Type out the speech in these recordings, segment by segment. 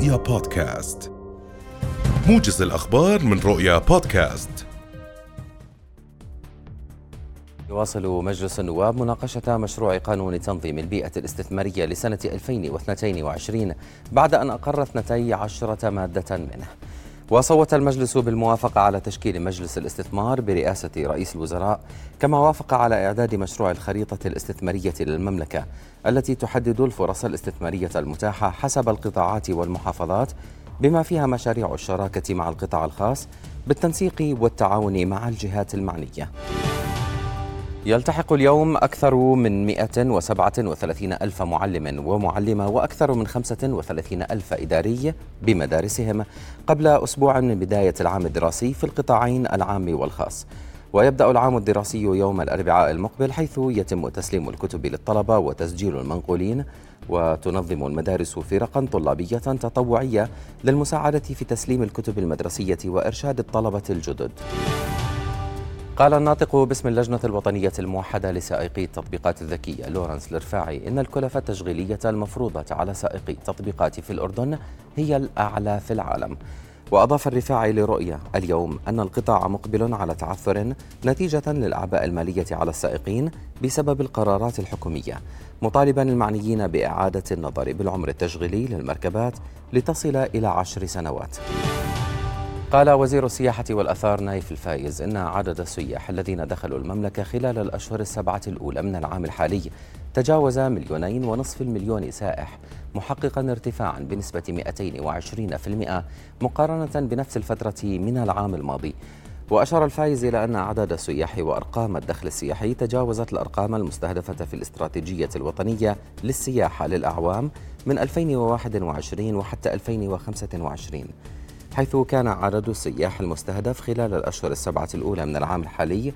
رؤيا بودكاست، موجز الأخبار من رؤيا بودكاست. يواصل مجلس النواب مناقشة مشروع قانون تنظيم البيئة الاستثمارية لسنة 2022 بعد أن أقر 12 مادة منه. وصوت المجلس بالموافقة على تشكيل مجلس الاستثمار برئاسة رئيس الوزراء، كما وافق على إعداد مشروع الخريطة الاستثمارية للمملكة التي تحدد الفرص الاستثمارية المتاحة حسب القطاعات والمحافظات، بما فيها مشاريع الشراكة مع القطاع الخاص بالتنسيق والتعاون مع الجهات المعنية. يلتحق اليوم أكثر من 137 ألف معلم ومعلمة وأكثر من 35 ألف إداري بمدارسهم قبل أسبوع من بداية العام الدراسي في القطاعين العام والخاص. ويبدأ العام الدراسي يوم الأربعاء المقبل، حيث يتم تسليم الكتب للطلبة وتسجيل المنقولين. وتنظم المدارس فرقا طلابية تطوعية للمساعدة في تسليم الكتب المدرسية وإرشاد الطلبة الجدد. قال الناطق باسم اللجنة الوطنية الموحدة لسائقي التطبيقات الذكية لورنس الرفاعي إن الكلفة التشغيلية المفروضة على سائقي التطبيقات في الأردن هي الأعلى في العالم. وأضاف الرفاعي لرؤية اليوم أن القطاع مقبل على تعثر نتيجة للأعباء المالية على السائقين بسبب القرارات الحكومية، مطالبا المعنيين بإعادة النظر بالعمر التشغيلي للمركبات لتصل إلى 10 سنوات. قال وزير السياحة والأثار نايف الفايز إن عدد السياح الذين دخلوا المملكة خلال الأشهر السبعة الأولى من العام الحالي تجاوز 2.5 مليون سائح، محققا ارتفاعا بنسبة 220% مقارنة بنفس الفترة من العام الماضي. وأشار الفايز إلى أن عدد السياح وأرقام الدخل السياحي تجاوزت الأرقام المستهدفة في الاستراتيجية الوطنية للسياحة للأعوام من 2021 وحتى 2025، حيث كان عدد السياح المستهدف خلال الأشهر السبعة الأولى من العام الحالي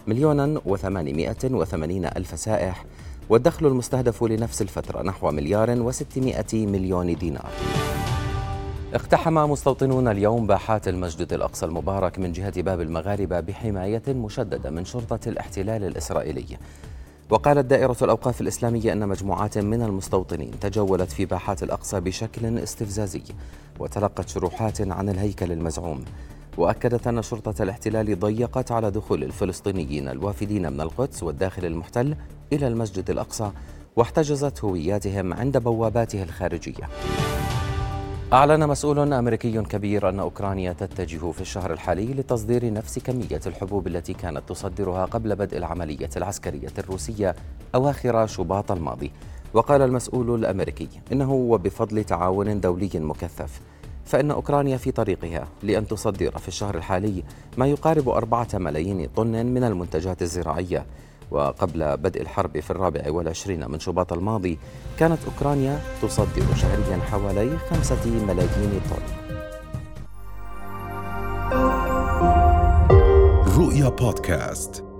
1,880,000 سائح، والدخل المستهدف لنفس الفترة نحو 1,600,000,000 دينار. اقتحم مستوطنون اليوم باحات المسجد الأقصى المبارك من جهة باب المغاربة بحماية مشددة من شرطة الاحتلال الإسرائيلي. وقالت دائرة الأوقاف الإسلامية أن مجموعات من المستوطنين تجولت في باحات الأقصى بشكل استفزازي وتلقت شروحات عن الهيكل المزعوم. وأكدت أن شرطة الاحتلال ضيقت على دخول الفلسطينيين الوافدين من القدس والداخل المحتل إلى المسجد الأقصى، واحتجزت هوياتهم عند بواباته الخارجية. أعلن مسؤول أمريكي كبير أن أوكرانيا تتجه في الشهر الحالي لتصدير نفس كمية الحبوب التي كانت تصدرها قبل بدء العملية العسكرية الروسية أواخر شباط الماضي. وقال المسؤول الأمريكي إنه وبفضل تعاون دولي مكثف فإن أوكرانيا في طريقها لأن تصدر في الشهر الحالي ما يقارب 4 ملايين طن من المنتجات الزراعية. وقبل بدء الحرب في 24 من شباط الماضي كانت أوكرانيا تصدر شهريا حوالي 5 ملايين طن. رؤيا بودكاست.